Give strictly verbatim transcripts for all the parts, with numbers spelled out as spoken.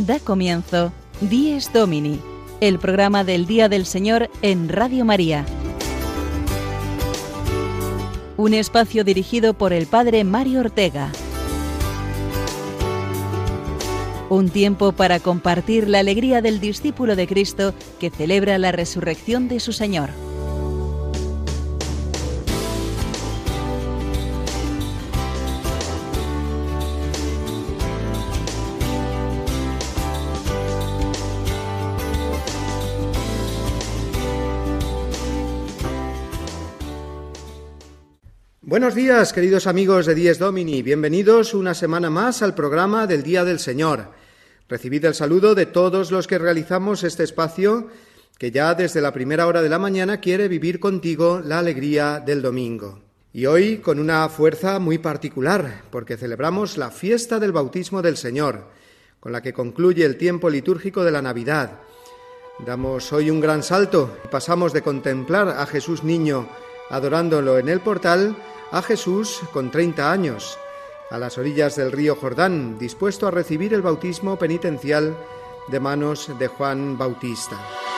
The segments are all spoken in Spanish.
Da comienzo Dies Domini, el programa del Día del Señor en Radio María. Un espacio dirigido por el Padre Mario Ortega. Un tiempo para compartir la alegría del discípulo de Cristo que celebra la resurrección de su Señor. Buenos días, queridos amigos de Dies Domini. Bienvenidos una semana más al programa del Día del Señor. Recibid el saludo de todos los que realizamos este espacio que ya desde la primera hora de la mañana quiere vivir contigo la alegría del domingo. Y hoy con una fuerza muy particular, porque celebramos la fiesta del bautismo del Señor, con la que concluye el tiempo litúrgico de la Navidad. Damos hoy un gran salto y pasamos de contemplar a Jesús niño adorándolo en el portal a Jesús con treinta años, a las orillas del río Jordán, dispuesto a recibir el bautismo penitencial de manos de Juan Bautista.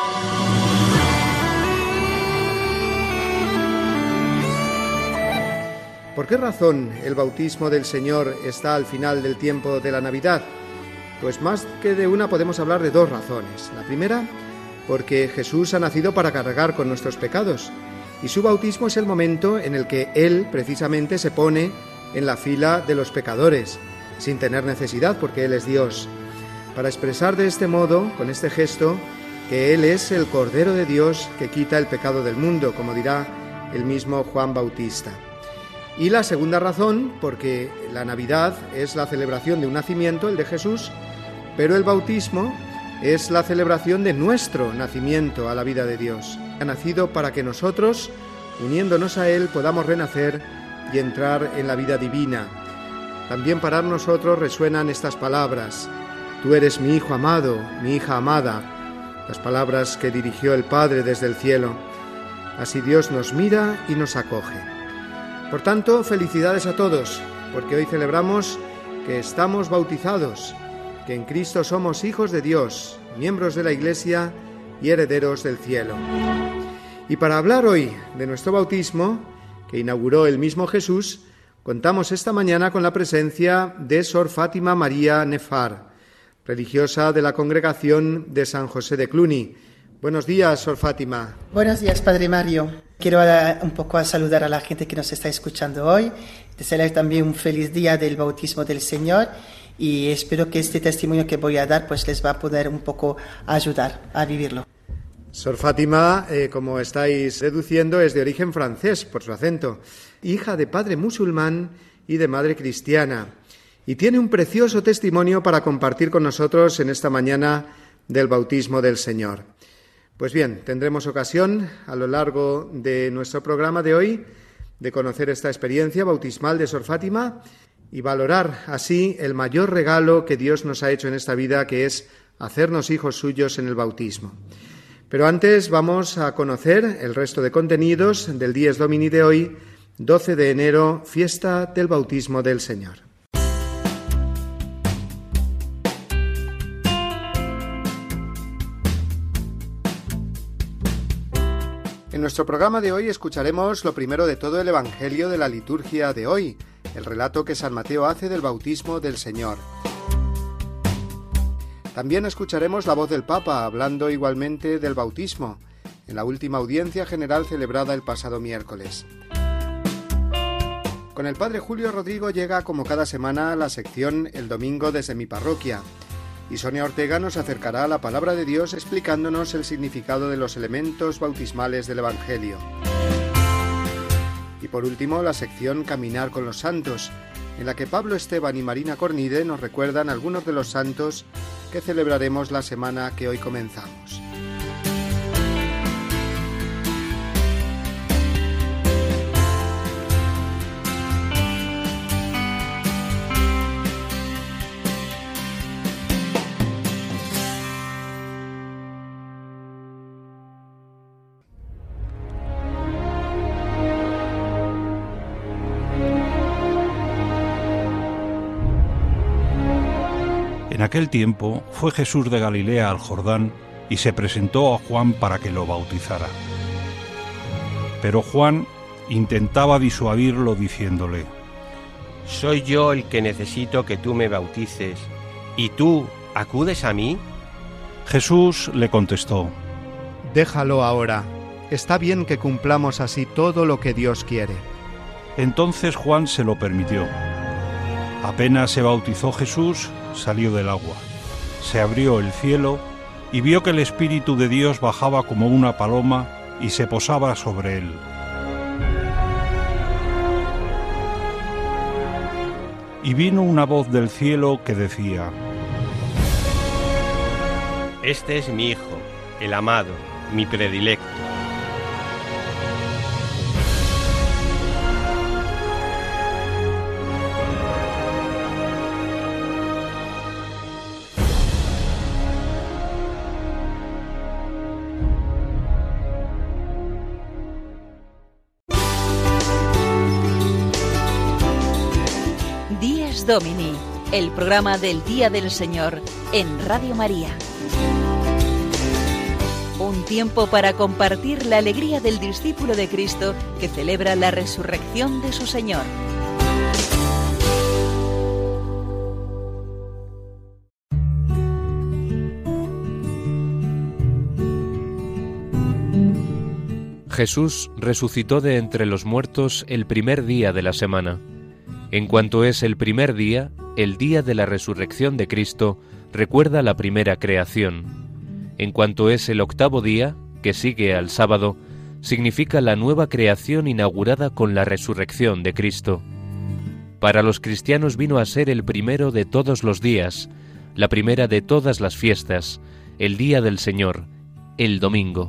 ¿Por qué razón el bautismo del Señor está al final del tiempo de la Navidad? Pues más que de una podemos hablar de dos razones. La primera, porque Jesús ha nacido para cargar con nuestros pecados, y su bautismo es el momento en el que Él precisamente se pone en la fila de los pecadores, sin tener necesidad porque Él es Dios, para expresar de este modo, con este gesto, que Él es el Cordero de Dios que quita el pecado del mundo, como dirá el mismo Juan Bautista. Y la segunda razón, porque la Navidad es la celebración de un nacimiento, el de Jesús, pero el bautismo es la celebración de nuestro nacimiento a la vida de Dios. Ha nacido para que nosotros, uniéndonos a Él, podamos renacer y entrar en la vida divina. También para nosotros resuenan estas palabras: Tú eres mi Hijo amado, mi hija amada, las palabras que dirigió el Padre desde el cielo. Así Dios nos mira y nos acoge. Por tanto, felicidades a todos, porque hoy celebramos que estamos bautizados, que en Cristo somos hijos de Dios, miembros de la Iglesia y herederos del cielo. Y para hablar hoy de nuestro bautismo, que inauguró el mismo Jesús, contamos esta mañana con la presencia de Sor Fátima María Nefar, religiosa de la Congregación de San José de Cluny. Buenos días, Sor Fátima. Buenos días, Padre Mario. Quiero uh, un poco a saludar a la gente que nos está escuchando hoy, desearles también un feliz día del bautismo del Señor, y espero que este testimonio que voy a dar pues les va a poder un poco ayudar a vivirlo. Sor Fátima, eh, como estáis deduciendo, es de origen francés por su acento, hija de padre musulmán y de madre cristiana, y tiene un precioso testimonio para compartir con nosotros en esta mañana del bautismo del Señor. Pues bien, tendremos ocasión a lo largo de nuestro programa de hoy de conocer esta experiencia bautismal de Sor Fátima y valorar así el mayor regalo que Dios nos ha hecho en esta vida, que es hacernos hijos suyos en el bautismo. Pero antes vamos a conocer el resto de contenidos del Dies Domini de hoy, doce de enero, fiesta del bautismo del Señor. En nuestro programa de hoy escucharemos lo primero de todo el Evangelio de la liturgia de hoy, el relato que San Mateo hace del bautismo del Señor. También escucharemos la voz del Papa hablando igualmente del bautismo, en la última audiencia general celebrada el pasado miércoles. Con el Padre Julio Rodrigo llega como cada semana la sección El Domingo desde mi parroquia, y Sonia Ortega nos acercará a la palabra de Dios explicándonos el significado de los elementos bautismales del Evangelio. Y por último, la sección Caminar con los Santos, en la que Pablo Esteban y Marina Cornide nos recuerdan algunos de los santos que celebraremos la semana que hoy comenzamos. En aquel tiempo fue Jesús de Galilea al Jordán y se presentó a Juan para que lo bautizara. Pero Juan intentaba disuadirlo diciéndole: ¿Soy yo el que necesito que tú me bautices, y tú acudes a mí? Jesús le contestó: Déjalo ahora. Está bien que cumplamos así todo lo que Dios quiere. Entonces Juan se lo permitió. Apenas se bautizó Jesús, salió del agua. Se abrió el cielo y vio que el Espíritu de Dios bajaba como una paloma y se posaba sobre él. Y vino una voz del cielo que decía: Este es mi Hijo, el amado, mi predilecto. Dies Domini, el programa del Día del Señor en Radio María. Un tiempo para compartir la alegría del discípulo de Cristo que celebra la resurrección de su Señor. Jesús resucitó de entre los muertos el primer día de la semana. En cuanto es el primer día, el día de la resurrección de Cristo, recuerda la primera creación. En cuanto es el octavo día, que sigue al sábado, significa la nueva creación inaugurada con la resurrección de Cristo. Para los cristianos vino a ser el primero de todos los días, la primera de todas las fiestas, el día del Señor, el domingo.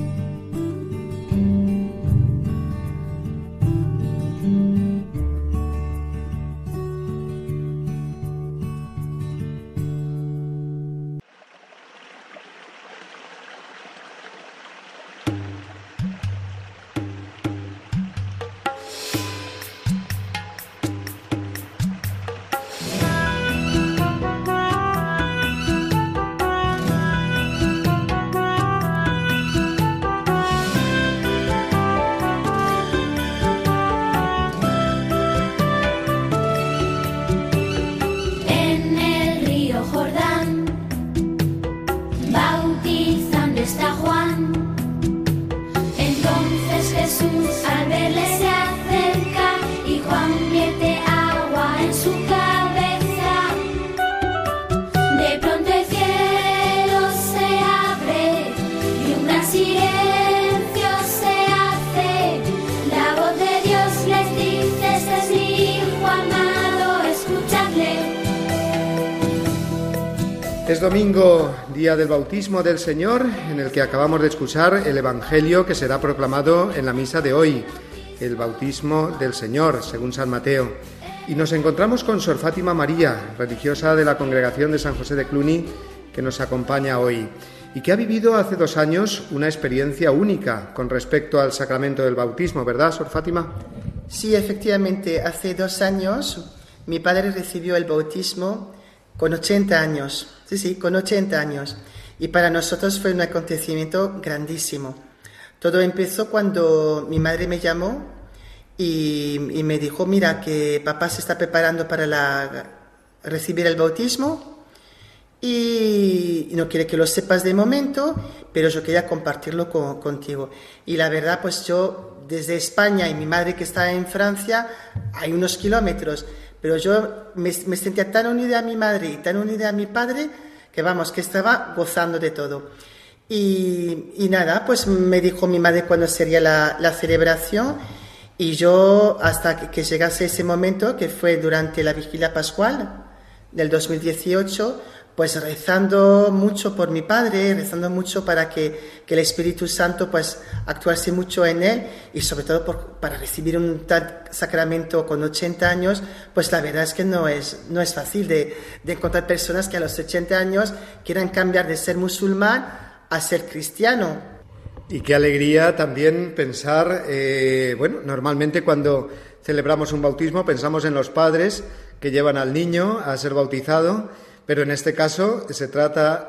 Es domingo, día del bautismo del Señor, en el que acabamos de escuchar el Evangelio que será proclamado en la misa de hoy, el bautismo del Señor, según San Mateo. Y nos encontramos con Sor Fátima María, religiosa de la Congregación de San José de Cluny, que nos acompaña hoy, y que ha vivido hace dos años una experiencia única con respecto al sacramento del bautismo, ¿verdad, Sor Fátima? Sí, efectivamente, hace dos años mi padre recibió el bautismo con ochenta años. Sí, sí, con ochenta años. Y para nosotros fue un acontecimiento grandísimo. Todo empezó cuando mi madre me llamó y, y me dijo: mira, que papá se está preparando para la, recibir el bautismo y, y no quiere que lo sepas de momento, pero yo quería compartirlo con, contigo. Y la verdad, pues yo desde España, y mi madre que está en Francia, hay unos kilómetros, pero yo me, me sentía tan unida a mi madre y tan unida a mi padre que vamos, que estaba gozando de todo. Y, y nada, pues me dijo mi madre cuándo sería la, la celebración, y yo hasta que, que llegase ese momento, que fue durante la vigilia pascual del dos mil dieciocho, pues rezando mucho por mi padre, rezando mucho para que, que el Espíritu Santo pues actuase mucho en él, y sobre todo por, para recibir un tal sacramento con ochenta años, pues la verdad es que no es, no es fácil de, de encontrar personas que a los ochenta años quieran cambiar de ser musulmán a ser cristiano. Y qué alegría también pensar, eh, bueno, normalmente cuando celebramos un bautismo pensamos en los padres que llevan al niño a ser bautizado, Pero en este caso se trata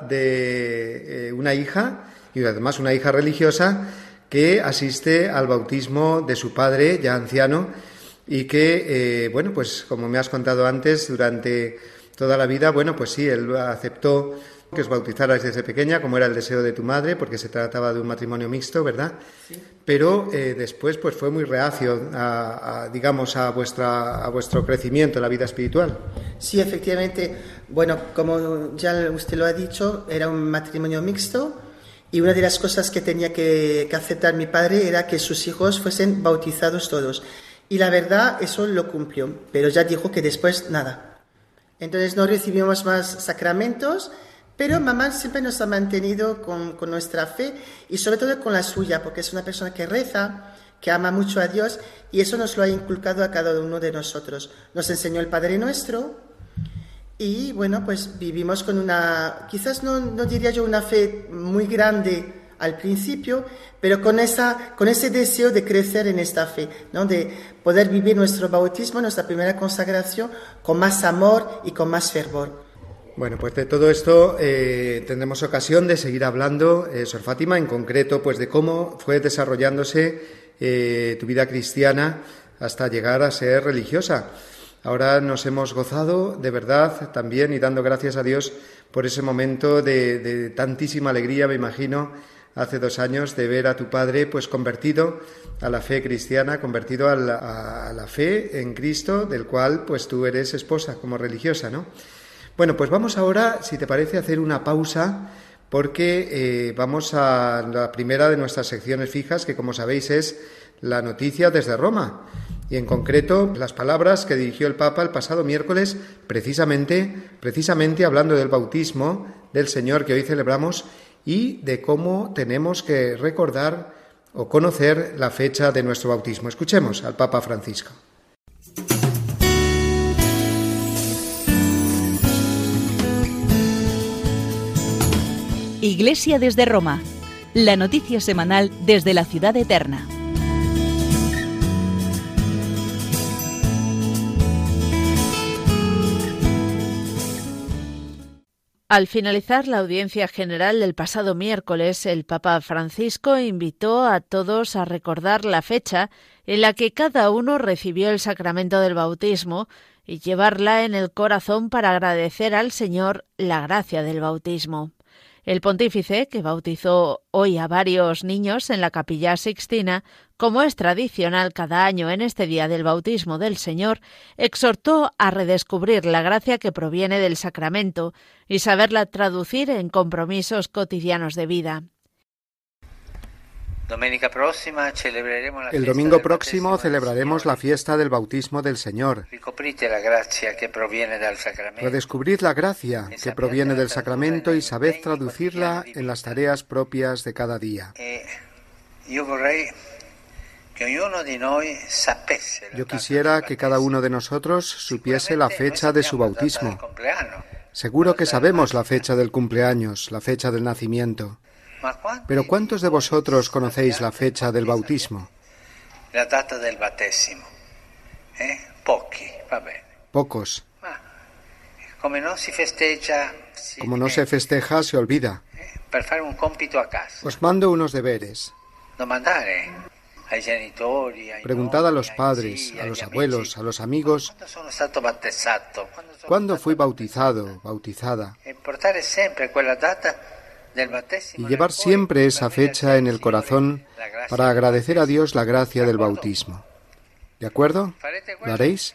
de eh, una hija, y además una hija religiosa, que asiste al bautismo de su padre, ya anciano, y que, eh, bueno, pues como me has contado antes, durante toda la vida, bueno, pues sí, él aceptó que os bautizarais desde pequeña, como era el deseo de tu madre, porque se trataba de un matrimonio mixto, ¿verdad? Sí. Pero eh, después, pues fue muy reacio, a, a, digamos, a, vuestra, a vuestro crecimiento en la vida espiritual. Sí, efectivamente. Bueno, como ya usted lo ha dicho, era un matrimonio mixto. Y una de las cosas que tenía que, que aceptar mi padre era que sus hijos fuesen bautizados todos. Y la verdad, eso lo cumplió, pero ya dijo que después nada. Entonces no recibimos más sacramentos, pero mamá siempre nos ha mantenido con, con nuestra fe y sobre todo con la suya, porque es una persona que reza, que ama mucho a Dios y eso nos lo ha inculcado a cada uno de nosotros. Nos enseñó el Padre Nuestro. Y bueno, pues vivimos con una, quizás no, no diría yo una fe muy grande al principio, pero con, esa, con ese deseo de crecer en esta fe, ¿no? De poder vivir nuestro bautismo, nuestra primera consagración, con más amor y con más fervor. Bueno, pues de todo esto eh, tendremos ocasión de seguir hablando, eh, Sor Fátima, en concreto, pues de cómo fue desarrollándose eh, tu vida cristiana hasta llegar a ser religiosa. Ahora nos hemos gozado de verdad también y dando gracias a Dios por ese momento de, de tantísima alegría, me imagino, hace dos años de ver a tu padre pues convertido a la fe cristiana, convertido a la, a la fe en Cristo, del cual pues tú eres esposa como religiosa, ¿no? Bueno, pues vamos ahora, si te parece, a hacer una pausa porque eh, vamos a la primera de nuestras secciones fijas, que como sabéis es la noticia desde Roma. Y en concreto, las palabras que dirigió el Papa el pasado miércoles, precisamente, precisamente hablando del bautismo del Señor que hoy celebramos y de cómo tenemos que recordar o conocer la fecha de nuestro bautismo. Escuchemos al Papa Francisco. Iglesia desde Roma, la noticia semanal desde la ciudad eterna. Al finalizar la audiencia general del pasado miércoles, el Papa Francisco invitó a todos a recordar la fecha en la que cada uno recibió el sacramento del bautismo y llevarla en el corazón para agradecer al Señor la gracia del bautismo. El pontífice, que bautizó hoy a varios niños en la Capilla Sixtina, como es tradicional cada año en este día del bautismo del Señor, exhortó a redescubrir la gracia que proviene del sacramento y saberla traducir en compromisos cotidianos de vida. El domingo próximo celebraremos la fiesta del bautismo del Señor. Redescubrid la gracia que proviene del sacramento y sabed traducirla en las tareas propias de cada día. Yo quisiera que cada uno de nosotros supiese la fecha de su bautismo. Seguro que sabemos la fecha del cumpleaños, la fecha del nacimiento. Pero ¿cuántos de vosotros conocéis la fecha del bautismo? La data del battesimo. ¿Eh? Pochi, va bene. Pocos. Como no se festeja, Como no se festeja, se olvida. Per fare un compito a casa. Os mando unos deberes. Domandare ai genitori, ai Preguntad a los padres, a los abuelos, a los amigos, sono stato battezzato. ¿cuándo fui bautizado, bautizada? E portare sempre quella data y llevar siempre esa fecha en el corazón para agradecer a Dios la gracia del bautismo. ¿De acuerdo? ¿Lo haréis?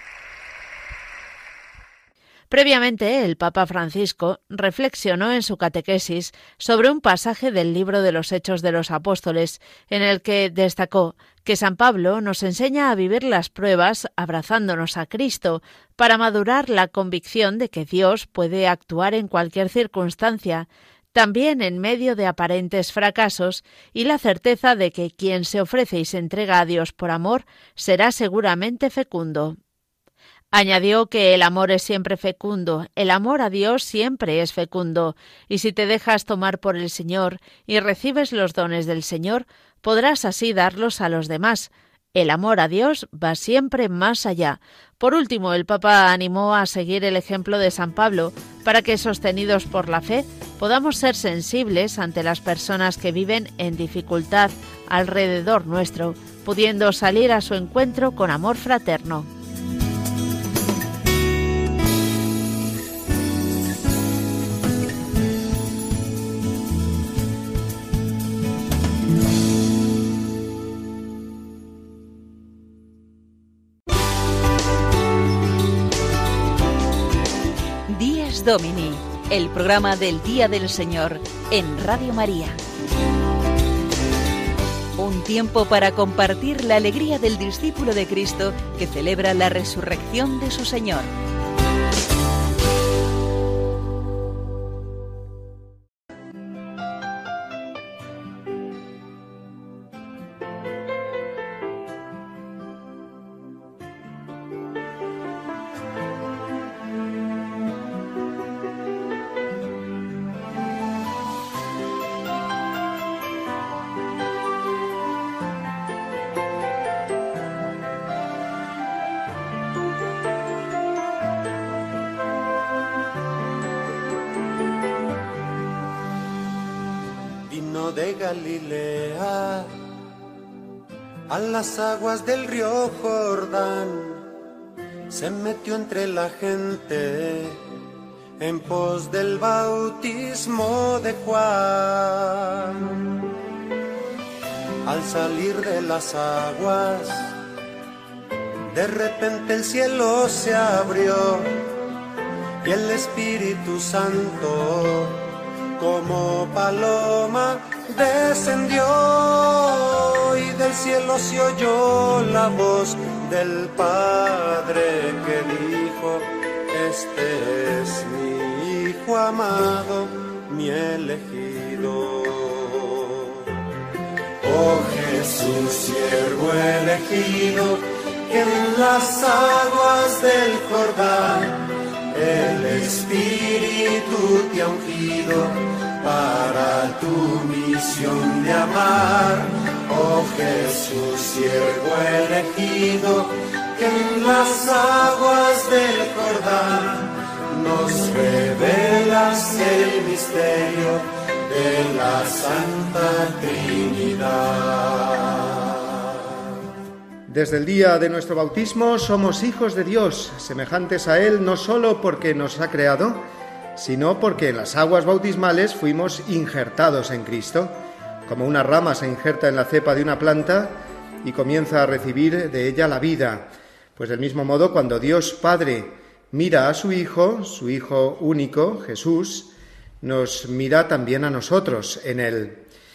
Previamente, el Papa Francisco reflexionó en su catequesis sobre un pasaje del libro de los Hechos de los Apóstoles, en el que destacó que San Pablo nos enseña a vivir las pruebas abrazándonos a Cristo para madurar la convicción de que Dios puede actuar en cualquier circunstancia, también en medio de aparentes fracasos, y la certeza de que quien se ofrece y se entrega a Dios por amor será seguramente fecundo. Añadió que el amor es siempre fecundo, el amor a Dios siempre es fecundo, y si te dejas tomar por el Señor y recibes los dones del Señor, podrás así darlos a los demás, El amor a Dios va siempre más allá. Por último, el Papa animó a seguir el ejemplo de San Pablo para que, sostenidos por la fe, podamos ser sensibles ante las personas que viven en dificultad alrededor nuestro, pudiendo salir a su encuentro con amor fraterno. Dies Domini, el programa del Día del Señor en Radio María. Un tiempo para compartir la alegría del discípulo de Cristo que celebra la resurrección de su Señor. De Galilea a las aguas del río Jordán, se metió entre la gente en pos del bautismo de Juan. Al salir de las aguas, de repente el cielo se abrió y el Espíritu Santo como paloma descendió, y del cielo se oyó la voz del Padre que dijo: este es mi Hijo amado, mi elegido. Oh Jesús, siervo elegido, que en las aguas del Jordán el Espíritu te ha ungido para tu misión de amar. Oh Jesús, siervo elegido, que en las aguas del Jordán nos revelas el misterio de la Santa Trinidad. Desde el día de nuestro bautismo somos hijos de Dios, semejantes a Él no solo porque nos ha creado, sino porque en las aguas bautismales fuimos injertados en Cristo. Como una rama se injerta en la cepa de una planta y comienza a recibir de ella la vida. Pues del mismo modo, cuando Dios Padre mira a su Hijo, su Hijo único, Jesús, nos mira también a nosotros en Él.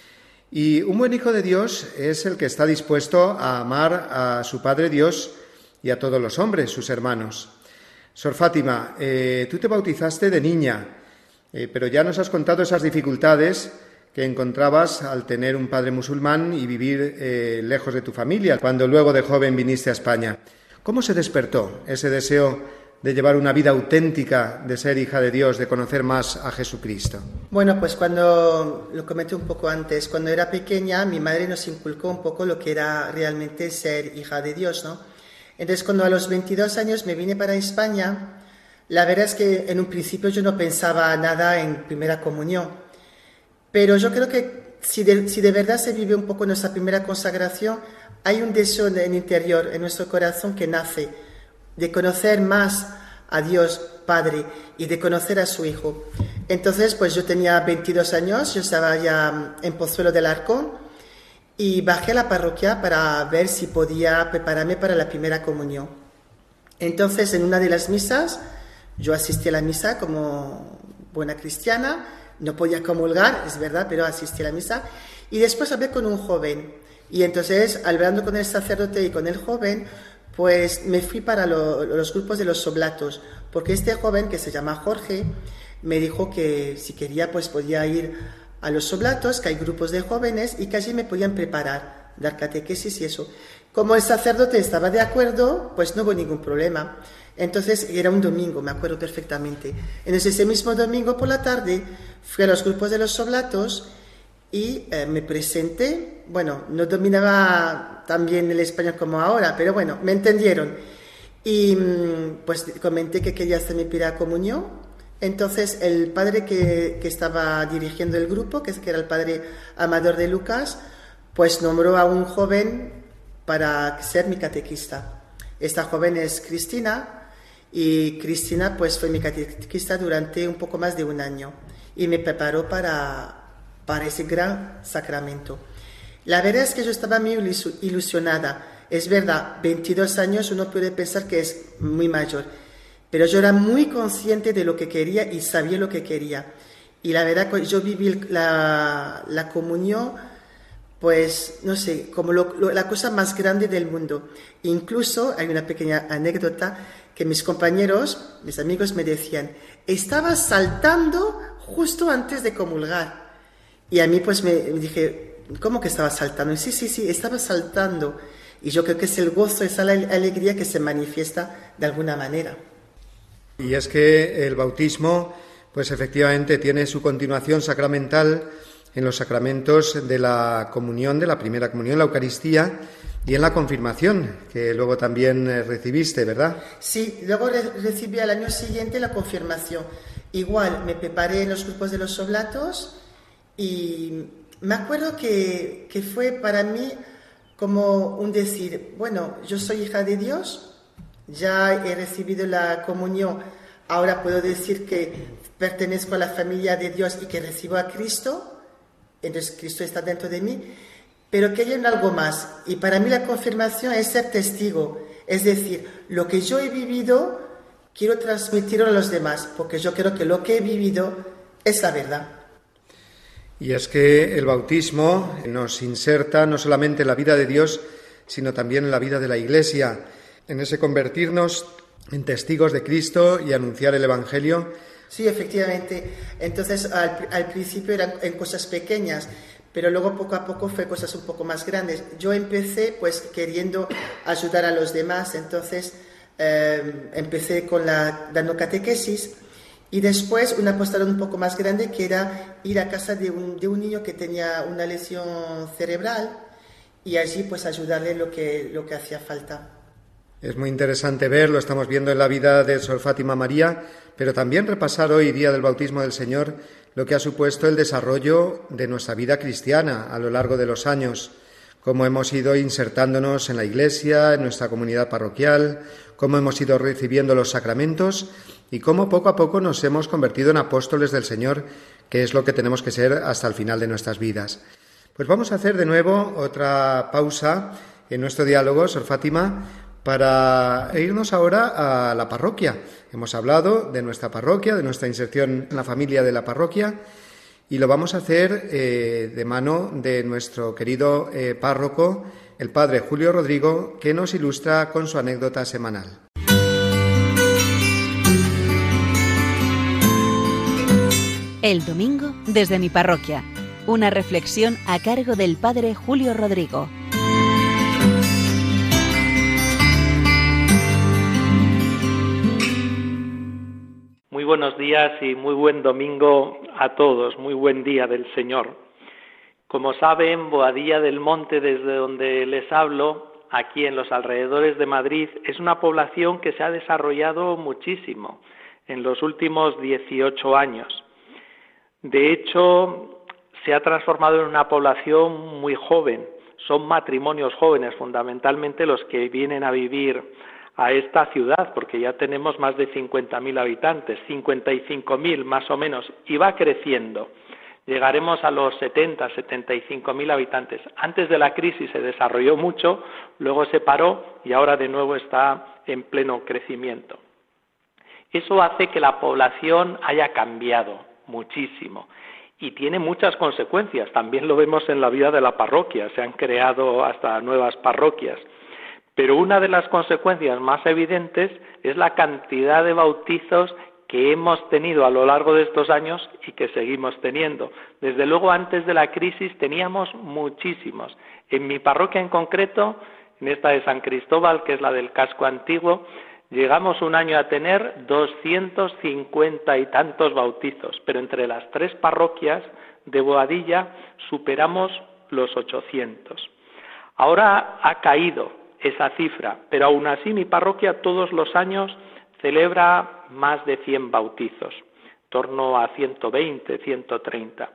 Y un buen hijo de Dios es el que está dispuesto a amar a su Padre Dios y a todos los hombres, sus hermanos. Sor Fátima, eh, tú te bautizaste de niña, eh, pero ya nos has contado esas dificultades que encontrabas al tener un padre musulmán y vivir eh, lejos de tu familia, cuando luego de joven viniste a España. ¿Cómo se despertó ese deseo de llevar una vida auténtica, de ser hija de Dios, de conocer más a Jesucristo? Bueno, pues cuando, lo comenté un poco antes, cuando era pequeña, mi madre nos inculcó un poco lo que era realmente ser hija de Dios, ¿no? Entonces, cuando a los veintidós años me vine para España, la verdad es que en un principio yo no pensaba nada en primera comunión, pero yo creo que si de, si de verdad se vive un poco nuestra primera consagración, hay un deseo en el interior, en nuestro corazón, que nace de conocer más a Dios Padre y de conocer a su Hijo. Entonces, pues yo tenía veintidós años, yo estaba ya en Pozuelo del Arcón y bajé a la parroquia para ver si podía prepararme para la primera comunión. Entonces, en una de las misas, yo asistí a la misa como buena cristiana, no podía comulgar, es verdad, pero asistí a la misa, y después hablé con un joven, y entonces, hablando con el sacerdote y con el joven, pues me fui para lo, los grupos de los oblatos, porque este joven, que se llama Jorge, me dijo que si quería, pues podía ir a los oblatos, que hay grupos de jóvenes y que allí me podían preparar, dar catequesis y eso. Como el sacerdote estaba de acuerdo, pues no hubo ningún problema. Entonces era un domingo, me acuerdo perfectamente. Entonces ese mismo domingo por la tarde fui a los grupos de los oblatos y eh, me presenté. Bueno, no dominaba tan bien el español como ahora, pero bueno, me entendieron. Y pues comenté que quería hacer mi primera comunión. Entonces el padre que, que estaba dirigiendo el grupo, que era el padre Amador de Lucas, pues nombró a un joven para ser mi catequista. Esta joven es Cristina, y Cristina pues fue mi catequista durante un poco más de un año y me preparó para, para ese gran sacramento. La verdad es que yo estaba muy ilusionada. Es verdad, veintidós años uno puede pensar que es muy mayor, pero yo era muy consciente de lo que quería y sabía lo que quería. Y la verdad que yo viví la, la comunión, pues, no sé, como lo, lo, la cosa más grande del mundo. Incluso hay una pequeña anécdota que mis compañeros, mis amigos me decían, estaba saltando justo antes de comulgar. Y a mí pues me, me dije, ¿cómo que estaba saltando? Y sí, sí, sí, estaba saltando. Y yo creo que es el gozo, esa alegría que se manifiesta de alguna manera. Y es que el bautismo, pues efectivamente tiene su continuación sacramental en los sacramentos de la comunión, de la primera comunión, la Eucaristía, y en la confirmación, que luego también recibiste, ¿verdad? Sí, luego re- recibí al año siguiente la confirmación. Igual, me preparé en los grupos de los oblatos y me acuerdo que, que fue para mí como un decir, bueno, yo soy hija de Dios, ya he recibido la comunión, ahora puedo decir que pertenezco a la familia de Dios y que recibo a Cristo, entonces Cristo está dentro de mí, pero que hay algo más. Y para mí la confirmación es ser testigo, es decir, lo que yo he vivido quiero transmitirlo a los demás, porque yo creo que lo que he vivido es la verdad. Y es que el bautismo nos inserta no solamente en la vida de Dios, sino también en la vida de la Iglesia, en ese convertirnos en testigos de Cristo y anunciar el Evangelio. Sí, efectivamente. Entonces, al, al principio eran en cosas pequeñas, pero luego poco a poco fue cosas un poco más grandes. Yo empecé pues queriendo ayudar a los demás, entonces eh, empecé con la dando catequesis. Y después un apostolado un poco más grande, que era ir a casa de un, de un niño que tenía una lesión cerebral y allí pues ayudarle lo que, lo que hacía falta. Es muy interesante ver, lo estamos viendo en la vida de Sor Fátima María, pero también repasar hoy, día del bautismo del Señor, lo que ha supuesto el desarrollo de nuestra vida cristiana a lo largo de los años, cómo hemos ido insertándonos en la Iglesia, en nuestra comunidad parroquial, cómo hemos ido recibiendo los sacramentos y cómo poco a poco nos hemos convertido en apóstoles del Señor, que es lo que tenemos que ser hasta el final de nuestras vidas. Pues vamos a hacer de nuevo otra pausa en nuestro diálogo, Sor Fátima, para irnos ahora a la parroquia. Hemos hablado de nuestra parroquia, de nuestra inserción en la familia de la parroquia, y lo vamos a hacer eh, de mano de nuestro querido eh, párroco, el padre Julio Rodrigo, que nos ilustra con su anécdota semanal. El domingo desde mi parroquia. Una reflexión a cargo del padre Julio Rodrigo. Muy buenos días y muy buen domingo a todos, muy buen día del Señor. Como saben, Boadilla del Monte, desde donde les hablo, aquí en los alrededores de Madrid, es una población que se ha desarrollado muchísimo en los últimos dieciocho años. De hecho, se ha transformado en una población muy joven. Son matrimonios jóvenes, fundamentalmente los que vienen a vivir a esta ciudad, porque ya tenemos más de cincuenta mil habitantes, cincuenta y cinco mil más o menos, y va creciendo. Llegaremos a los setenta, setenta y cinco mil habitantes. Antes de la crisis se desarrolló mucho, luego se paró y ahora de nuevo está en pleno crecimiento. Eso hace que la población haya cambiado muchísimo y tiene muchas consecuencias. También lo vemos en la vida de la parroquia, se han creado hasta nuevas parroquias. Pero una de las consecuencias más evidentes es la cantidad de bautizos que hemos tenido a lo largo de estos años y que seguimos teniendo. Desde luego, antes de la crisis teníamos muchísimos. En mi parroquia en concreto, en esta de San Cristóbal, que es la del casco antiguo, llegamos un año a tener doscientos cincuenta y tantos bautizos, pero entre las tres parroquias de Boadilla superamos los ochocientos. Ahora ha caído esa cifra, pero aún así mi parroquia todos los años celebra más de cien bautizos, en torno a ciento veinte, ciento treinta.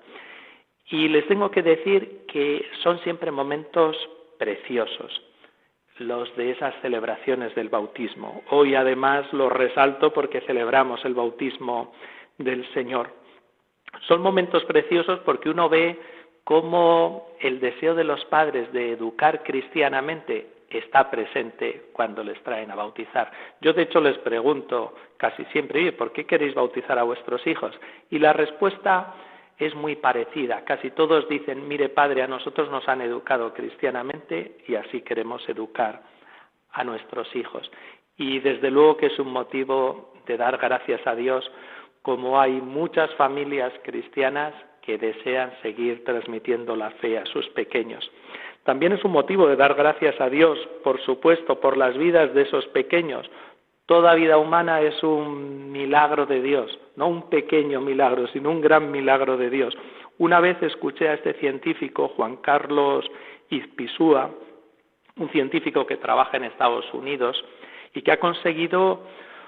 Y les tengo que decir que son siempre momentos preciosos los de esas celebraciones del bautismo. Hoy además los resalto porque celebramos el bautismo del Señor. Son momentos preciosos porque uno ve cómo el deseo de los padres de educar cristianamente está presente cuando les traen a bautizar. Yo de hecho les pregunto casi siempre, oye, ¿por qué queréis bautizar a vuestros hijos? Y la respuesta es muy parecida. Casi todos dicen, mire padre, a nosotros nos han educado cristianamente y así queremos educar a nuestros hijos. Y desde luego que es un motivo de dar gracias a Dios, como hay muchas familias cristianas que desean seguir transmitiendo la fe a sus pequeños. También es un motivo de dar gracias a Dios, por supuesto, por las vidas de esos pequeños. Toda vida humana es un milagro de Dios, no un pequeño milagro, sino un gran milagro de Dios. Una vez escuché a este científico, Juan Carlos Izpisúa, un científico que trabaja en Estados Unidos y que ha conseguido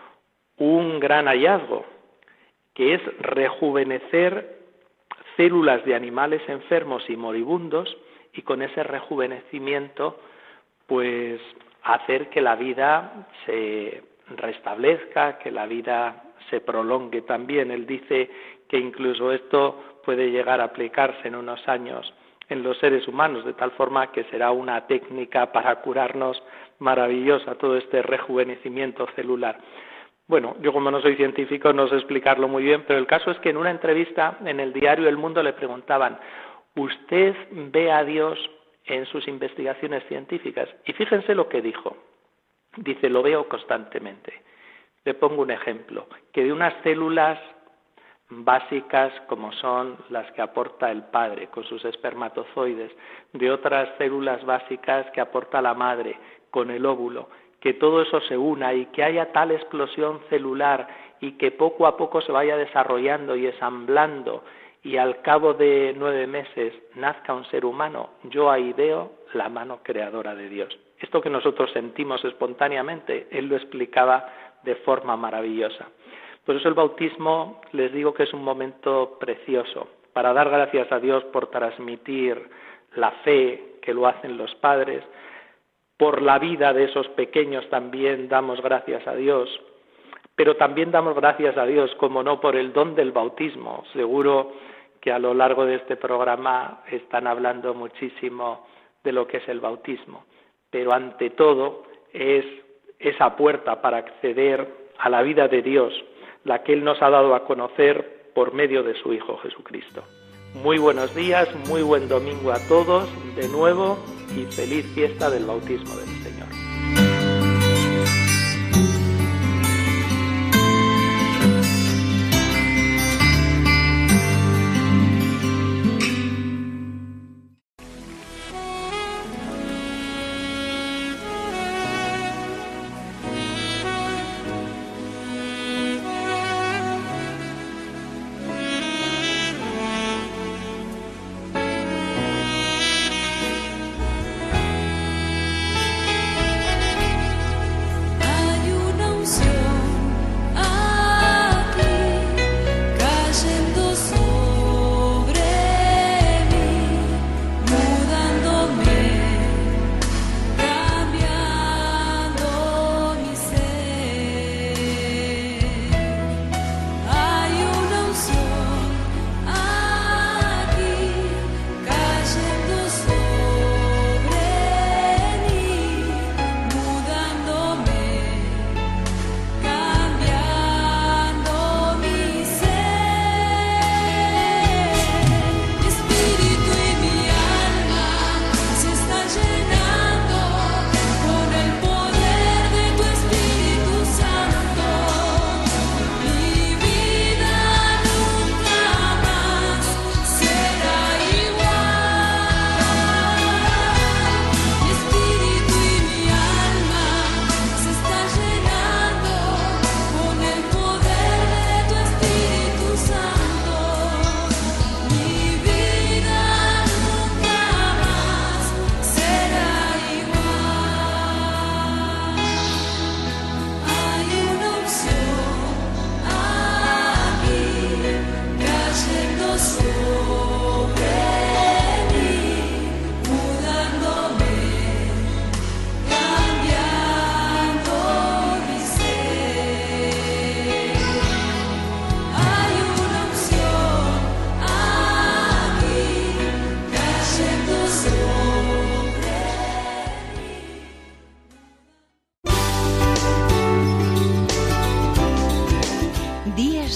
un gran hallazgo, que es rejuvenecer células de animales enfermos y moribundos y con ese rejuvenecimiento pues hacer que la vida se restablezca, que la vida se prolongue también. Él dice que incluso esto puede llegar a aplicarse en unos años en los seres humanos, de tal forma que será una técnica para curarnos maravillosa, todo este rejuvenecimiento celular. Bueno, yo como no soy científico no sé explicarlo muy bien, pero el caso es que en una entrevista en el diario El Mundo le preguntaban, ¿usted ve a Dios en sus investigaciones científicas? Y fíjense lo que dijo. Dice, lo veo constantemente. Le pongo un ejemplo, que de unas células básicas como son las que aporta el padre con sus espermatozoides, de otras células básicas que aporta la madre con el óvulo, que todo eso se una y que haya tal explosión celular y que poco a poco se vaya desarrollando y ensamblando y al cabo de nueve meses nazca un ser humano, yo ahí veo la mano creadora de Dios. Esto que nosotros sentimos espontáneamente, él lo explicaba de forma maravillosa. Por eso el bautismo, les digo que es un momento precioso, para dar gracias a Dios por transmitir la fe que lo hacen los padres, por la vida de esos pequeños también damos gracias a Dios, pero también damos gracias a Dios, como no, por el don del bautismo. Seguro que a lo largo de este programa están hablando muchísimo de lo que es el bautismo, pero ante todo es esa puerta para acceder a la vida de Dios, la que Él nos ha dado a conocer por medio de su Hijo Jesucristo. Muy buenos días, muy buen domingo a todos, de nuevo, y feliz fiesta del bautismo del Señor.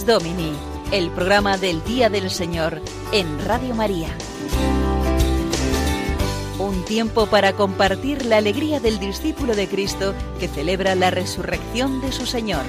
Domini, el programa del Día del Señor en Radio María. Un tiempo para compartir la alegría del discípulo de Cristo que celebra la resurrección de su Señor.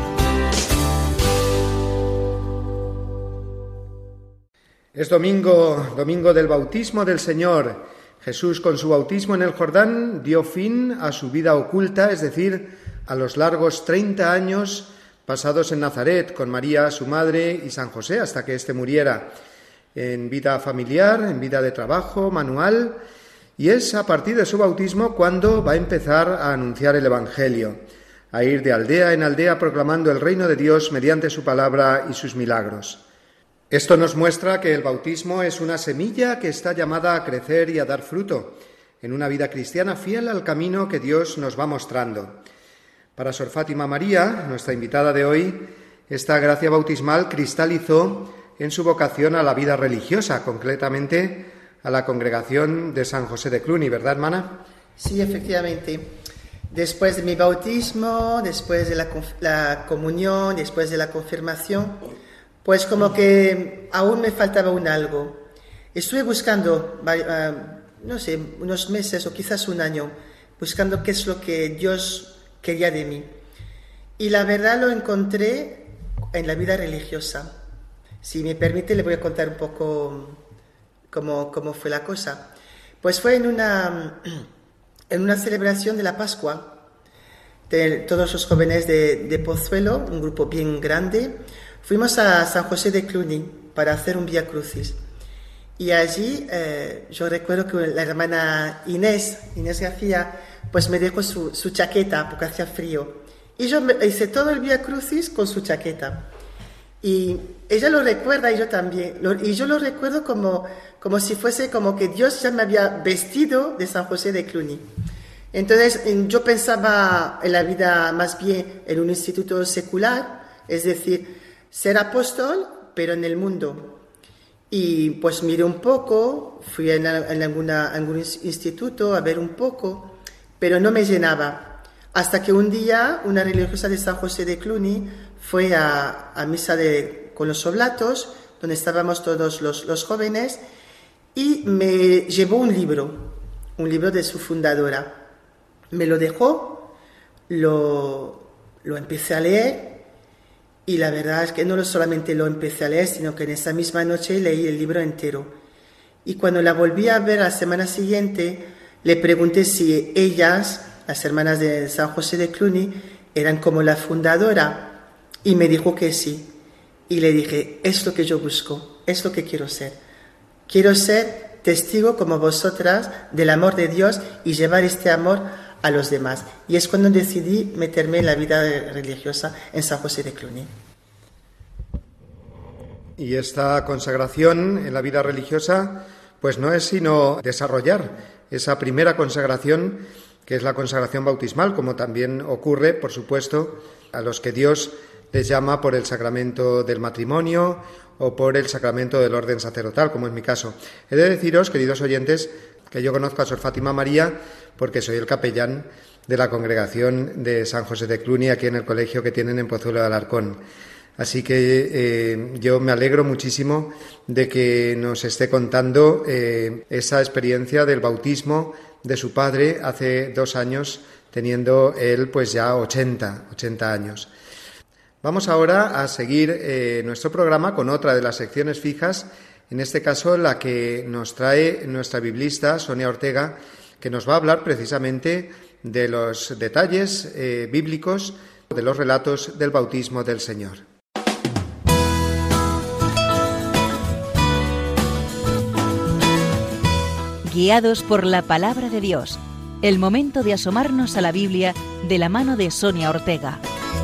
Es domingo, domingo del bautismo del Señor. Jesús, con su bautismo en el Jordán, dio fin a su vida oculta, es decir, a los largos treinta años pasados en Nazaret, con María, su madre, y San José, hasta que éste muriera, en vida familiar, en vida de trabajo, manual, y es a partir de su bautismo cuando va a empezar a anunciar el Evangelio, a ir de aldea en aldea proclamando el reino de Dios mediante su palabra y sus milagros. Esto nos muestra que el bautismo es una semilla que está llamada a crecer y a dar fruto en una vida cristiana fiel al camino que Dios nos va mostrando. Para Sor Fátima María, nuestra invitada de hoy, esta gracia bautismal cristalizó en su vocación a la vida religiosa, concretamente a la congregación de San José de Cluny, ¿verdad, hermana? Sí, efectivamente. Después de mi bautismo, después de la, la comunión, después de la confirmación, pues como que aún me faltaba un algo. Estuve buscando, uh, no sé, unos meses o quizás un año, buscando qué es lo que Dios quería de mí. Y la verdad lo encontré en la vida religiosa. Si me permite, le voy a contar un poco cómo, cómo fue la cosa. Pues fue en una, en una celebración de la Pascua, de todos los jóvenes de, de Pozuelo, un grupo bien grande. Fuimos a San José de Cluny para hacer un Vía Crucis. Y allí eh, yo recuerdo que la hermana Inés, Inés García, pues me dejó su, su chaqueta porque hacía frío. Y yo me, hice todo el Vía Crucis con su chaqueta. Y ella lo recuerda y yo también. Lo, y yo lo recuerdo como, como si fuese como que Dios ya me había vestido de San José de Cluny. Entonces yo pensaba en la vida más bien en un instituto secular, es decir, ser apóstol, pero en el mundo. Y pues miré un poco, fui en, en alguna, algún instituto a ver un poco, pero no me llenaba. Hasta que un día una religiosa de San José de Cluny fue a, a misa de, con los oblatos, donde estábamos todos los, los jóvenes, y me llevó un libro, un libro de su fundadora. Me lo dejó, lo, lo empecé a leer, y la verdad es que no solamente lo empecé a leer, sino que en esa misma noche leí el libro entero. Y cuando la volví a ver la semana siguiente, le pregunté si ellas, las hermanas de San José de Cluny, eran como la fundadora. Y me dijo que sí. Y le dije, es lo que yo busco, es lo que quiero ser. Quiero ser testigo como vosotras del amor de Dios y llevar este amor a los demás. Y es cuando decidí meterme en la vida religiosa en San José de Cluny. Y esta consagración en la vida religiosa, pues no es sino desarrollar esa primera consagración, que es la consagración bautismal, como también ocurre, por supuesto, a los que Dios les llama por el sacramento del matrimonio o por el sacramento del orden sacerdotal, como es mi caso. He de deciros, queridos oyentes, que yo conozco a Sor Fátima María porque soy el capellán de la congregación de San José de Cluny aquí en el colegio que tienen en Pozuelo de Alarcón. Así que eh, yo me alegro muchísimo de que nos esté contando eh, esa experiencia del bautismo de su padre hace dos años, teniendo él pues ya ochenta años. Vamos ahora a seguir eh, nuestro programa con otra de las secciones fijas, en este caso la que nos trae nuestra biblista Sonia Ortega, que nos va a hablar precisamente de los detalles eh, bíblicos de los relatos del bautismo del Señor. Guiados por la palabra de Dios, el momento de asomarnos a la Biblia de la mano de Sonia Ortega.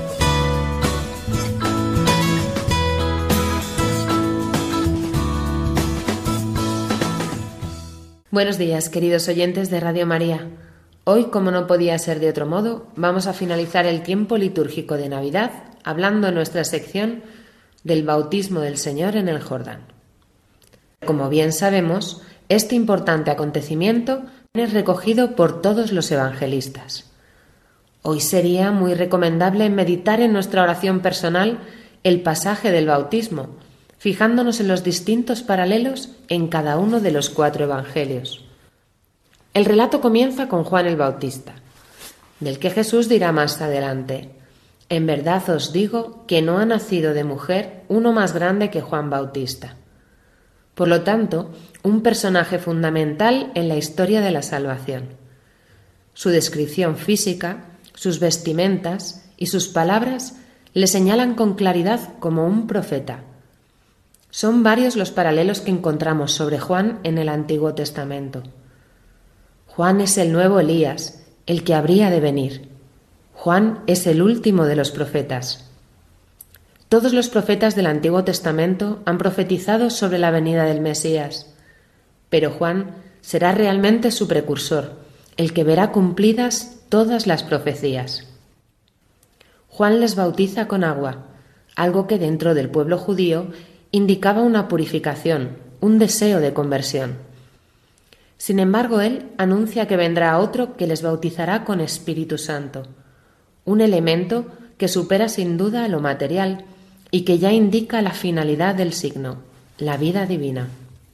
Buenos días, queridos oyentes de Radio María. Hoy, como no podía ser de otro modo, vamos a finalizar el tiempo litúrgico de Navidad hablando en nuestra sección del bautismo del Señor en el Jordán. Como bien sabemos, este importante acontecimiento es recogido por todos los evangelistas. Hoy sería muy recomendable meditar en nuestra oración personal el pasaje del bautismo, fijándonos en los distintos paralelos en cada uno de los cuatro evangelios. El relato comienza con Juan el Bautista, del que Jesús dirá más adelante: «En verdad os digo que no ha nacido de mujer uno más grande que Juan Bautista». Por lo tanto, un personaje fundamental en la historia de la salvación. Su descripción física, sus vestimentas y sus palabras le señalan con claridad como un profeta. Son varios los paralelos que encontramos sobre Juan en el Antiguo Testamento. Juan es el nuevo Elías, el que habría de venir. Juan es el último de los profetas. Todos los profetas del Antiguo Testamento han profetizado sobre la venida del Mesías, pero Juan será realmente su precursor, el que verá cumplidas todas las profecías. Juan les bautiza con agua, algo que dentro del pueblo judío indicaba una purificación, un deseo de conversión. Sin embargo, él anuncia que vendrá otro que les bautizará con Espíritu Santo, un elemento que supera sin duda lo material y que ya indica la finalidad del signo, la vida divina.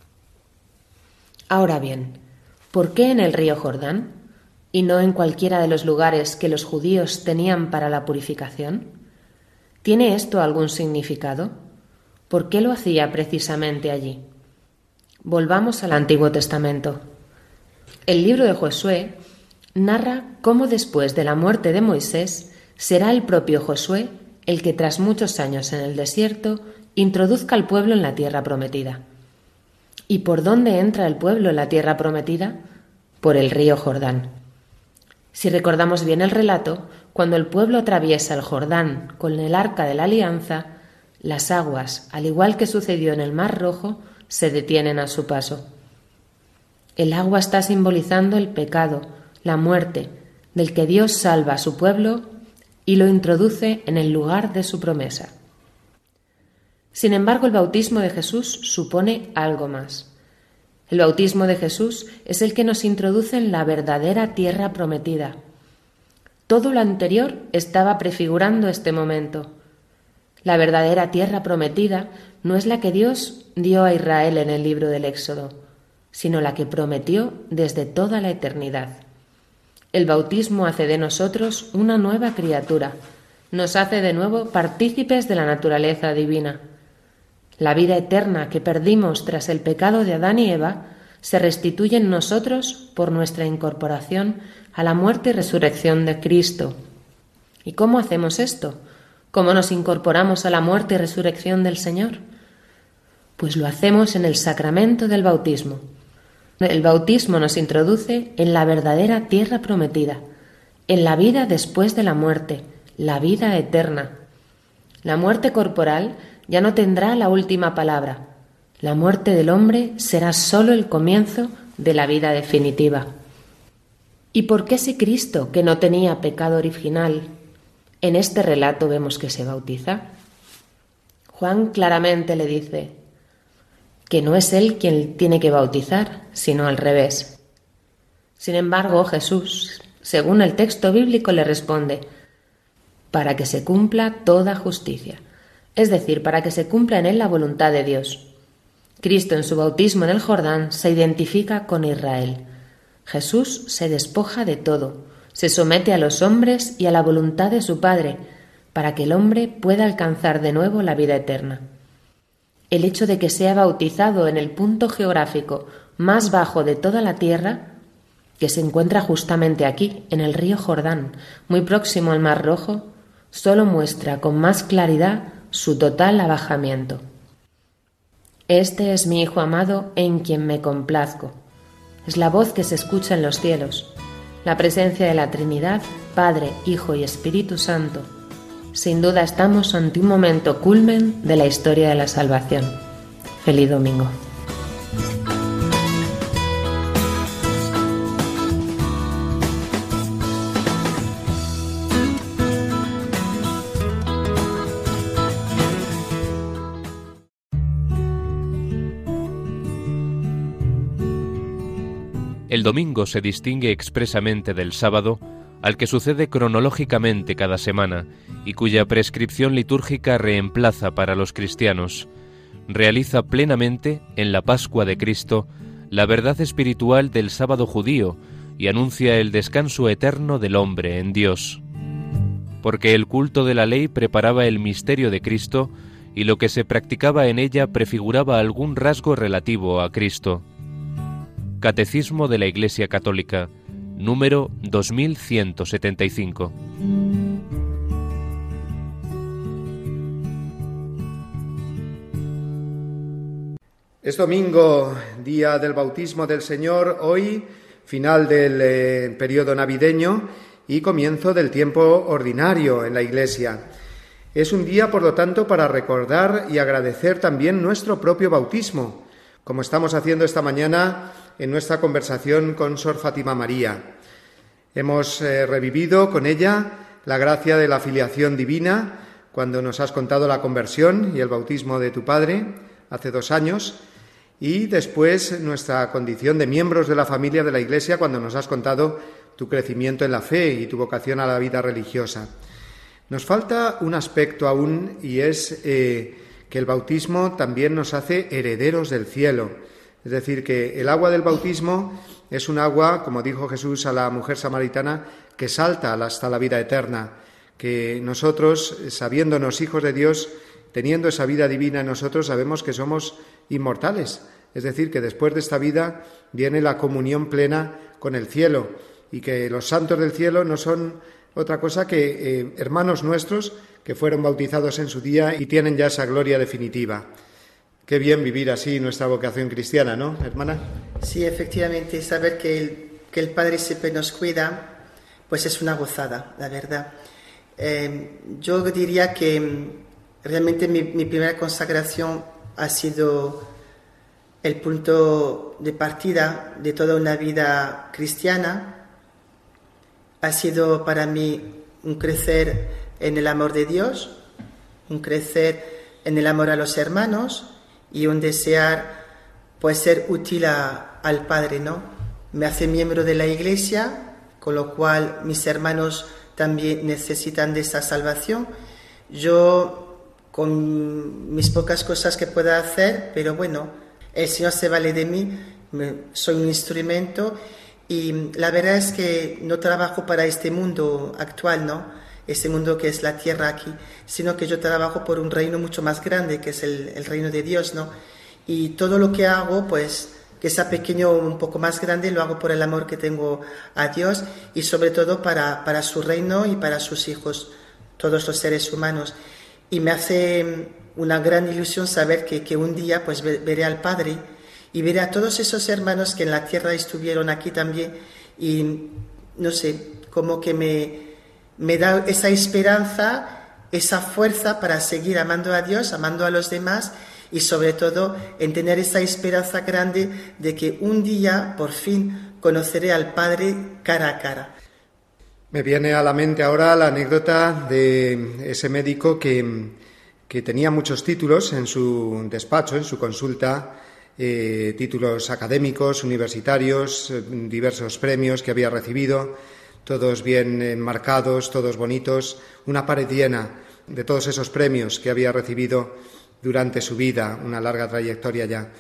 Ahora bien, ¿por qué en el río Jordán y no en cualquiera de los lugares que los judíos tenían para la purificación? ¿Tiene esto algún significado? ¿Por qué lo hacía precisamente allí? Volvamos al Antiguo Testamento. El libro de Josué narra cómo después de la muerte de Moisés será el propio Josué el que tras muchos años en el desierto introduzca al pueblo en la tierra prometida. ¿Y por dónde entra el pueblo en la tierra prometida? Por el río Jordán. Si recordamos bien el relato, cuando el pueblo atraviesa el Jordán con el arca de la alianza, las aguas, al igual que sucedió en el Mar Rojo, se detienen a su paso. El agua está simbolizando el pecado, la muerte, del que Dios salva a su pueblo y lo introduce en el lugar de su promesa. Sin embargo, el bautismo de Jesús supone algo más. El bautismo de Jesús es el que nos introduce en la verdadera tierra prometida. Todo lo anterior estaba prefigurando este momento. La verdadera tierra prometida no es la que Dios dio a Israel en el libro del Éxodo, sino la que prometió desde toda la eternidad. El bautismo hace de nosotros una nueva criatura, nos hace de nuevo partícipes de la naturaleza divina. La vida eterna que perdimos tras el pecado de Adán y Eva se restituye en nosotros por nuestra incorporación a la muerte y resurrección de Cristo. ¿Y cómo hacemos esto? ¿Cómo nos incorporamos a la muerte y resurrección del Señor? Pues lo hacemos en el sacramento del bautismo. El bautismo nos introduce en la verdadera tierra prometida, en la vida después de la muerte, la vida eterna. La muerte corporal ya no tendrá la última palabra. La muerte del hombre será sólo el comienzo de la vida definitiva. ¿Y por qué ese Cristo, que no tenía pecado original, en este relato vemos que se bautiza? Juan claramente le dice que no es él quien tiene que bautizar, sino al revés. Sin embargo, Jesús, según el texto bíblico, le responde: para que se cumpla toda justicia, es decir, para que se cumpla en él la voluntad de Dios. Cristo en su bautismo en el Jordán se identifica con Israel. Jesús se despoja de todo, se somete a los hombres y a la voluntad de su Padre, para que el hombre pueda alcanzar de nuevo la vida eterna. El hecho de que sea bautizado en el punto geográfico más bajo de toda la tierra, que se encuentra justamente aquí, en el río Jordán, muy próximo al Mar Rojo, solo muestra con más claridad su total abajamiento. Este es mi Hijo amado en quien me complazco. Es la voz que se escucha en los cielos, la presencia de la Trinidad, Padre, Hijo y Espíritu Santo. Sin duda estamos ante un momento culmen de la historia de la salvación. Feliz domingo. El domingo se distingue expresamente del sábado al que sucede cronológicamente cada semana y cuya prescripción litúrgica reemplaza para los cristianos, realiza plenamente en la Pascua de Cristo la verdad espiritual del sábado judío y anuncia el descanso eterno del hombre en Dios. Porque el culto de la ley preparaba el misterio de Cristo y lo que se practicaba en ella prefiguraba algún rasgo relativo a Cristo. Catecismo de la Iglesia Católica, número dos mil ciento setenta y cinco. Es domingo, día del bautismo del Señor, hoy final del eh, periodo navideño y comienzo del tiempo ordinario en la Iglesia. Es un día, por lo tanto, para recordar y agradecer también nuestro propio bautismo, como estamos haciendo esta mañana en nuestra conversación con Sor Fátima María. Hemos eh, revivido con ella la gracia de la filiación divina cuando nos has contado la conversión y el bautismo de tu padre hace dos años, y después nuestra condición de miembros de la familia de la Iglesia cuando nos has contado tu crecimiento en la fe y tu vocación a la vida religiosa. Nos falta un aspecto aún, y es eh, que el bautismo también nos hace herederos del cielo. Es decir, que el agua del bautismo es un agua, como dijo Jesús a la mujer samaritana, que salta hasta la vida eterna, que nosotros, sabiéndonos hijos de Dios, teniendo esa vida divina en nosotros, sabemos que somos inmortales. Es decir, que después de esta vida viene la comunión plena con el cielo, y que los santos del cielo no son otra cosa que eh, hermanos nuestros que fueron bautizados en su día y tienen ya esa gloria definitiva. Qué bien vivir así nuestra vocación cristiana, ¿no, hermana? Sí, efectivamente, saber que el, que el Padre siempre nos cuida, pues es una gozada, la verdad. Eh, yo diría que realmente mi, mi primera consagración ha sido el punto de partida de toda una vida cristiana. Ha sido para mí un crecer en el amor de Dios, un crecer en el amor a los hermanos y un desear pues ser útil a, al Padre, ¿no? Me hace miembro de la Iglesia, con lo cual mis hermanos también necesitan de esa salvación. Yo, con mis pocas cosas que pueda hacer, pero bueno, el Señor se vale de mí, me, soy un instrumento. Y la verdad es que no trabajo para este mundo actual, ¿no? Este mundo que es la tierra aquí, sino que yo trabajo por un reino mucho más grande, que es el, el reino de Dios, ¿no? Y todo lo que hago, pues, que sea pequeño o un poco más grande, lo hago por el amor que tengo a Dios y sobre todo para, para su reino y para sus hijos, todos los seres humanos. Y me hace una gran ilusión saber que, que un día, pues, veré al Padre y veré a todos esos hermanos que en la tierra estuvieron aquí también, y no sé, como que me, me da esa esperanza, esa fuerza para seguir amando a Dios, amando a los demás, y sobre todo en tener esa esperanza grande de que un día por fin conoceré al Padre cara a cara. Me viene a la mente ahora la anécdota de ese médico que, que tenía muchos títulos en su despacho, en su consulta, Eh, títulos académicos, universitarios, eh, diversos premios que había recibido, todos bien enmarcados, todos bonitos, una pared llena de todos esos premios que había recibido durante su vida, una larga trayectoria ya.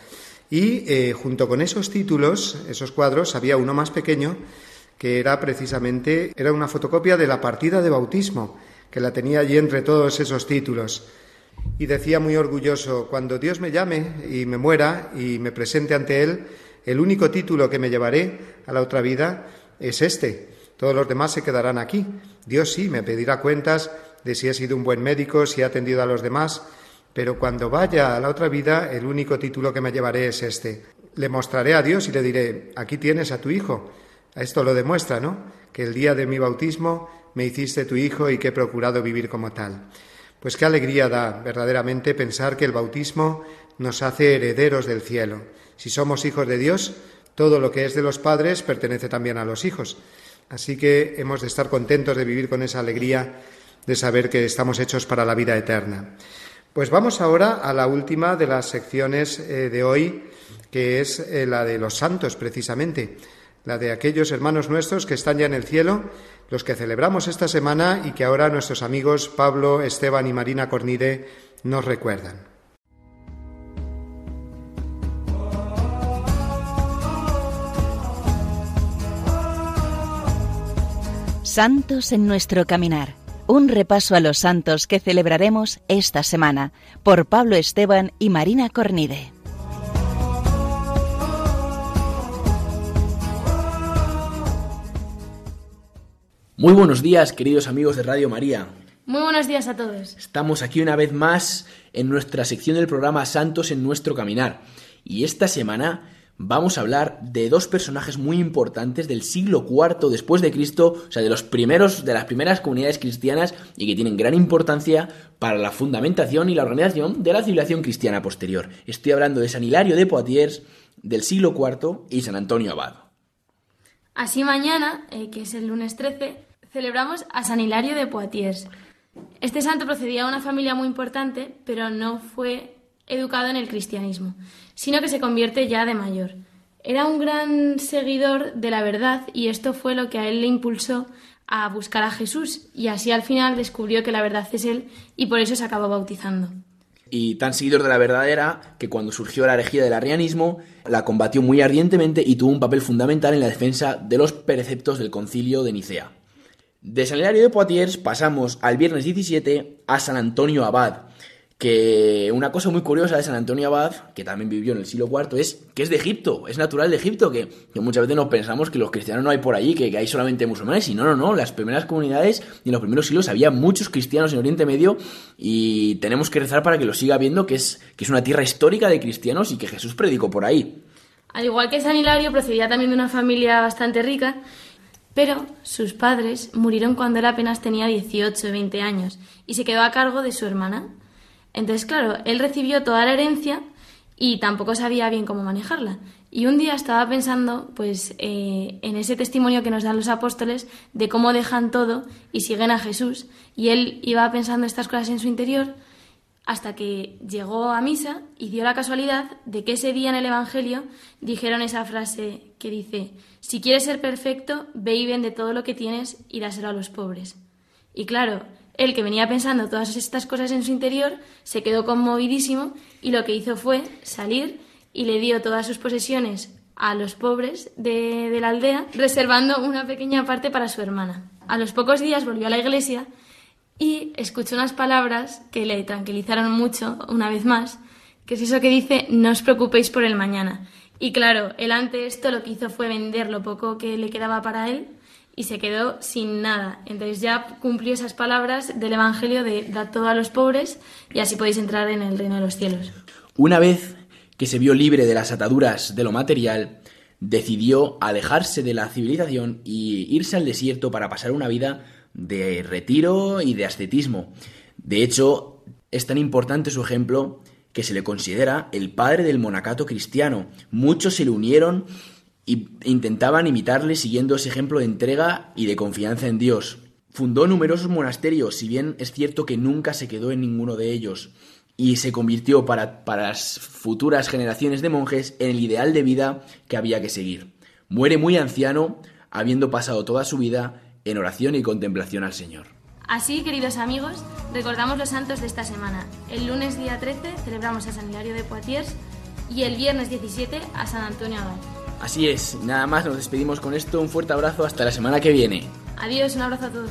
Y eh, junto con esos títulos, esos cuadros, había uno más pequeño que era precisamente, era una fotocopia de la partida de bautismo, que la tenía allí entre todos esos títulos. Y decía muy orgulloso: cuando Dios me llame y me muera y me presente ante Él, el único título que me llevaré a la otra vida es este. Todos los demás se quedarán aquí. Dios sí me pedirá cuentas de si he sido un buen médico, si he atendido a los demás, pero cuando vaya a la otra vida, el único título que me llevaré es este. Le mostraré a Dios y le diré: aquí tienes a tu hijo. Esto lo demuestra, ¿no? Que el día de mi bautismo me hiciste tu hijo y que he procurado vivir como tal. Pues qué alegría da verdaderamente pensar que el bautismo nos hace herederos del cielo. Si somos hijos de Dios, todo lo que es de los padres pertenece también a los hijos. Así que hemos de estar contentos de vivir con esa alegría de saber que estamos hechos para la vida eterna. Pues vamos ahora a la última de las secciones eh, de hoy, que es eh, la de los santos, precisamente. la de aquellos hermanos nuestros que están ya en el cielo, los que celebramos esta semana y que ahora nuestros amigos Pablo, Esteban y Marina Cornide nos recuerdan. Santos en nuestro caminar. Un repaso a los santos que celebraremos esta semana por Pablo Esteban y Marina Cornide. Muy buenos días, queridos amigos de Radio María. Muy buenos días a todos. Estamos aquí una vez más en nuestra sección del programa Santos en nuestro caminar. Y esta semana vamos a hablar de dos personajes muy importantes del siglo cuarto después de Cristo, o sea, de los primeros, de las primeras comunidades cristianas y que tienen gran importancia para la fundamentación y la organización de la civilización cristiana posterior. Estoy hablando de San Hilario de Poitiers del siglo cuarto y San Antonio Abad. Así mañana, eh, que es el lunes trece, celebramos a San Hilario de Poitiers. Este santo procedía de una familia muy importante, pero no fue educado en el cristianismo, sino que se convierte ya de mayor. Era un gran seguidor de la verdad y esto fue lo que a él le impulsó a buscar a Jesús y así al final descubrió que la verdad es él y por eso se acabó bautizando. Y tan seguidor de la verdad era que cuando surgió la herejía del arrianismo, la combatió muy ardientemente y tuvo un papel fundamental en la defensa de los preceptos del Concilio de Nicea. De San Hilario de Poitiers pasamos al viernes diecisiete a San Antonio Abad, que una cosa muy curiosa de San Antonio Abad, que también vivió en el siglo cuarto, es que es de Egipto, es natural de Egipto, que, que muchas veces nos pensamos que los cristianos no hay por allí, que, que hay solamente musulmanes, y no, no, no, las primeras comunidades y en los primeros siglos había muchos cristianos en Oriente Medio y tenemos que rezar para que lo siga viendo, que es, que es una tierra histórica de cristianos y que Jesús predicó por ahí. Al igual que San Hilario, procedía también de una familia bastante rica, pero sus padres murieron cuando él apenas tenía dieciocho o veinte años y se quedó a cargo de su hermana. Entonces, claro, él recibió toda la herencia y tampoco sabía bien cómo manejarla. Y un día estaba pensando pues, eh, en ese testimonio que nos dan los apóstoles de cómo dejan todo y siguen a Jesús. Y él iba pensando estas cosas en su interior hasta que llegó a misa y dio la casualidad de que ese día en el Evangelio dijeron esa frase que dice: si quieres ser perfecto, ve y vende todo lo que tienes y dáselo a los pobres. Y claro, él, que venía pensando todas estas cosas en su interior, se quedó conmovidísimo y lo que hizo fue salir y le dio todas sus posesiones a los pobres de, de la aldea, reservando una pequeña parte para su hermana. A los pocos días volvió a la iglesia y escuchó unas palabras que le tranquilizaron mucho, una vez más, que es eso que dice: no os preocupéis por el mañana. Y claro, él ante esto lo que hizo fue vender lo poco que le quedaba para él y se quedó sin nada. Entonces ya cumplió esas palabras del Evangelio de dar todo a los pobres y así podéis entrar en el reino de los cielos. Una vez que se vio libre de las ataduras de lo material, decidió alejarse de la civilización y irse al desierto para pasar una vida de retiro y de ascetismo. De hecho, es tan importante su ejemplo que se le considera el padre del monacato cristiano. Muchos se le unieron e intentaban imitarle siguiendo ese ejemplo de entrega y de confianza en Dios. Fundó numerosos monasterios, si bien es cierto que nunca se quedó en ninguno de ellos, y se convirtió para, para las futuras generaciones de monjes en el ideal de vida que había que seguir. Muere muy anciano, habiendo pasado toda su vida en oración y contemplación al Señor. Así, queridos amigos, recordamos los santos de esta semana. El lunes día trece celebramos a San Hilario de Poitiers y el viernes diecisiete a San Antonio Abad. Así es, nada más, nos despedimos con esto, un fuerte abrazo, hasta la semana que viene. Adiós, un abrazo a todos.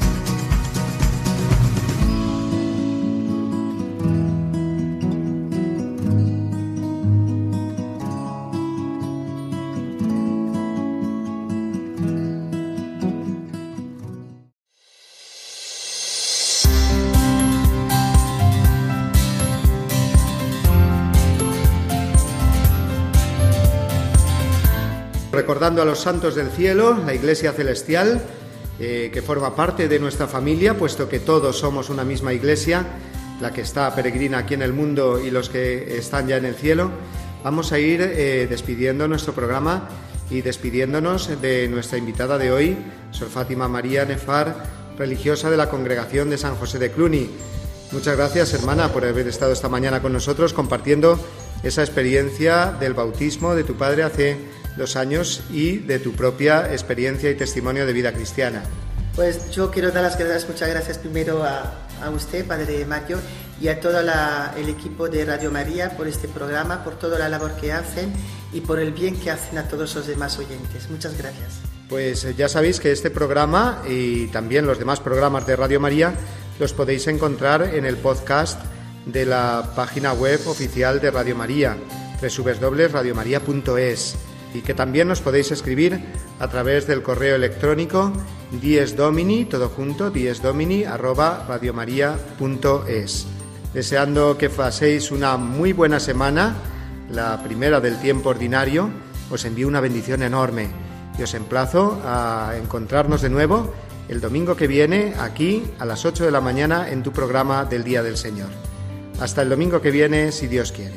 Recordando a los santos del cielo, la Iglesia Celestial, eh, que forma parte de nuestra familia, puesto que todos somos una misma Iglesia, la que está peregrina aquí en el mundo y los que están ya en el cielo, vamos a ir eh, despidiendo nuestro programa y despidiéndonos de nuestra invitada de hoy, Sor Fátima María Nefar, religiosa de la Congregación de San José de Cluny. Muchas gracias, hermana, por haber estado esta mañana con nosotros compartiendo esa experiencia del bautismo de tu padre hace los años y de tu propia experiencia y testimonio de vida cristiana. Pues yo quiero dar las gracias, muchas gracias primero a, a usted, Padre Mario, y a todo la, el equipo de Radio María por este programa, por toda la labor que hacen y por el bien que hacen a todos los demás oyentes. Muchas gracias. Pues ya sabéis que este programa y también los demás programas de Radio María los podéis encontrar en el podcast de la página web oficial de Radio María, doble u doble u doble u punto radio maría punto es, y que también nos podéis escribir a través del correo electrónico diesdomini, todo junto, diesdomini arroba radiomaria punto es. Deseando que paséis una muy buena semana, la primera del tiempo ordinario, os envío una bendición enorme y os emplazo a encontrarnos de nuevo el domingo que viene aquí a las ocho de la mañana en tu programa del Día del Señor. Hasta el domingo que viene, si Dios quiere.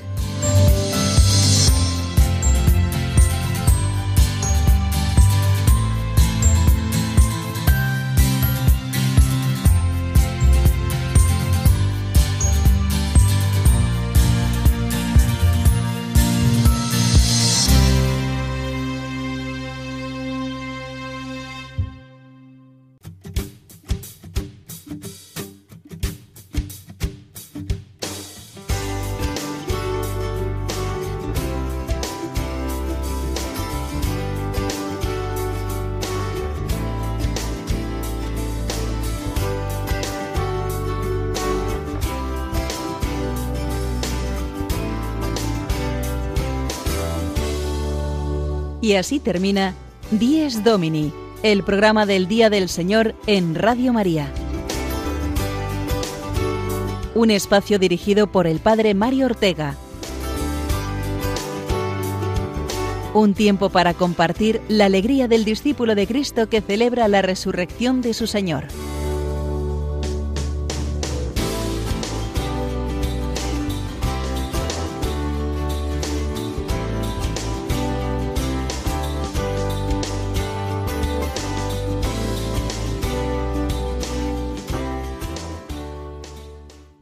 Y así termina Dies Domini, el programa del Día del Señor en Radio María. Un espacio dirigido por el Padre Mario Ortega. Un tiempo para compartir la alegría del discípulo de Cristo que celebra la resurrección de su Señor.